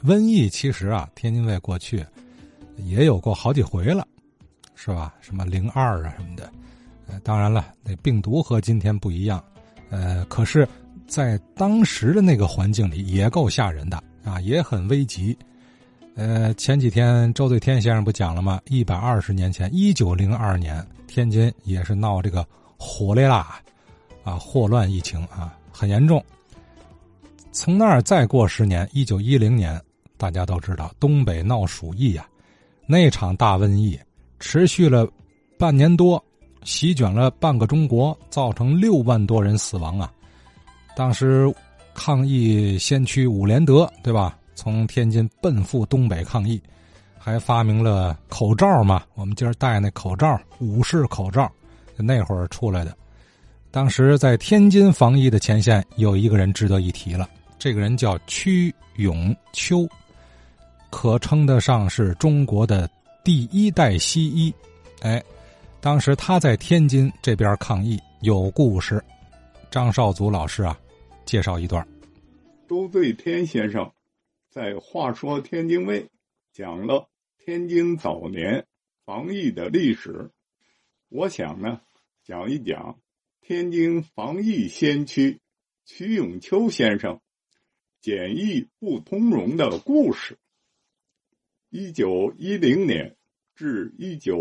瘟疫其实啊，天津卫过去也有过好几回了，是吧？什么02啊什么的。当然了，那病毒和今天不一样，可是在当时的那个环境里也够吓人的啊，也很危急。前几天周对天先生不讲了吗？120年前，1902年，天津也是闹这个火烈辣啊，霍乱疫情啊，很严重。从那儿再过10年，1910年，大家都知道东北闹鼠疫啊，那场大瘟疫持续了半年多，席卷了半个中国，造成6万多人死亡啊。当时抗疫先驱伍连德，对吧？从天津奔赴东北抗疫，还发明了口罩嘛，我们今儿戴那口罩，武士口罩，那会儿出来的。当时在天津防疫的前线有一个人值得一提了，这个人叫屈永秋，可称得上是中国的第1代西医。当时他在天津这边抗疫有故事，张少祖老师啊介绍一段。 周对天先生在《话说天津卫》讲了天津早年防疫的历史，我想呢讲一讲天津防疫先驱屈永秋先生简易不通融的故事。1910年至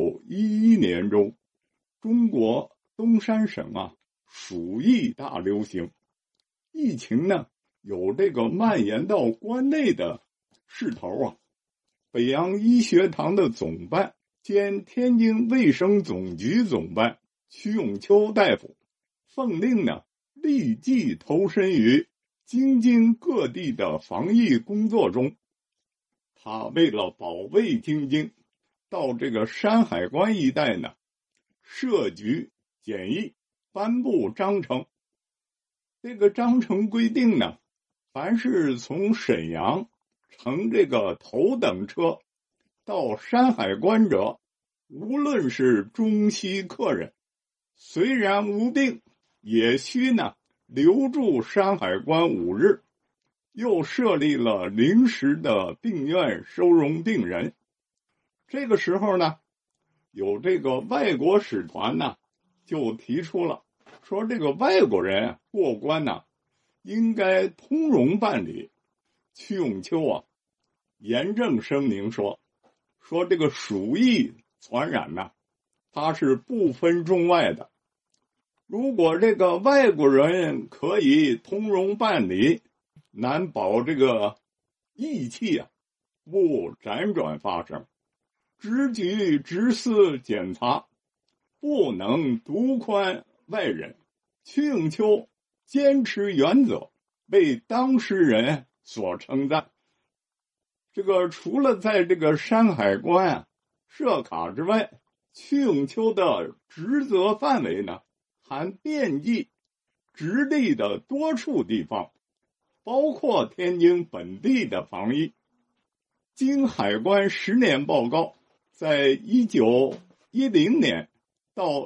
1911年中，中国东三省啊鼠疫大流行，疫情呢有这个蔓延到关内的势头啊。北洋医学堂的总办兼天津卫生总局总办屈永秋大夫奉令呢立即投身于京津各地的防疫工作中。他为了保卫京津，到这个山海关一带呢设局检疫，颁布章程。这个章程规定呢，凡是从沈阳乘这个头等车到山海关者，无论是中西客人，虽然无病，也需呢留住山海关5日。又设立了临时的病院收容病人。这个时候呢，有这个外国使团呢就提出了，说这个外国人过关呢应该通融办理。屈永秋啊严正声明说这个鼠疫传染呢它是不分中外的，如果这个外国人可以通融办理，难保这个疫气啊不辗转发生。直局直司检查，不能独宽外人。屈永秋坚持原则，被当事人所称赞。这个除了在这个山海关啊设卡之外，屈永秋的职责范围呢还遍及直隶的多处地方，包括天津本地的防疫。经海关10年报告，在1910年到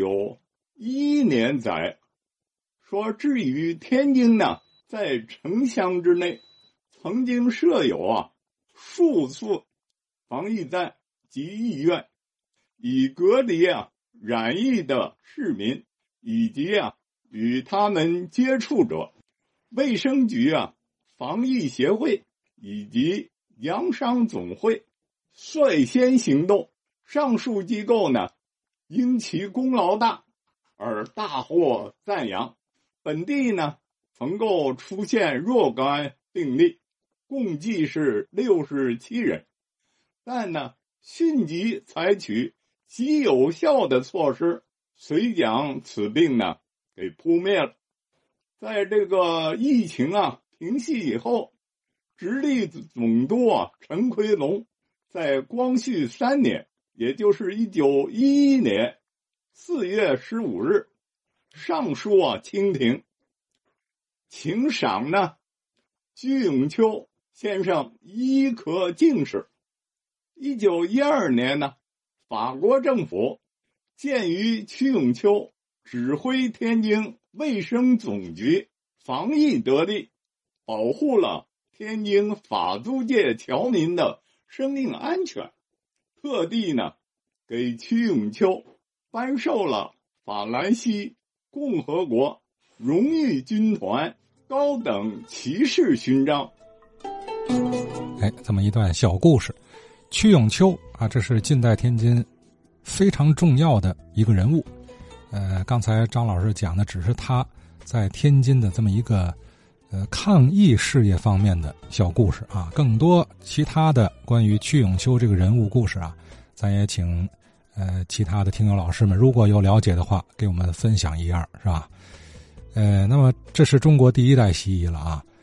1911年载，说至于天津呢，在城乡之内曾经设有数次防疫站及医院，以隔离染疫的市民以及与他们接触者。卫生局防疫协会以及洋商总会率先行动，上述机构呢因其功劳大而大获赞扬。本地呢曾够出现若干病例，共计是67人，但呢迅即采取极有效的措施，遂将此病呢给扑灭了。在这个疫情平息以后，直隶总督陈奎龙在光绪3年，也就是1911年4月15日上书清廷，请赏呢屈永秋先生医科进士。1912年呢，法国政府鉴于屈永秋指挥天津卫生总局防疫得力，保护了天津法租界侨民的生命安全，特地呢给屈永秋颁授了法兰西共和国荣誉军团高等骑士勋章。 这么一段小故事，屈永秋啊，这是近代天津非常重要的一个人物。刚才张老师讲的只是他在天津的这么一个抗疫事业方面的小故事啊，更多其他的关于屈永秋这个人物故事啊，咱也请其他的听友老师们如果有了解的话，给我们分享一样，是吧？那么这是中国第一代西医了啊。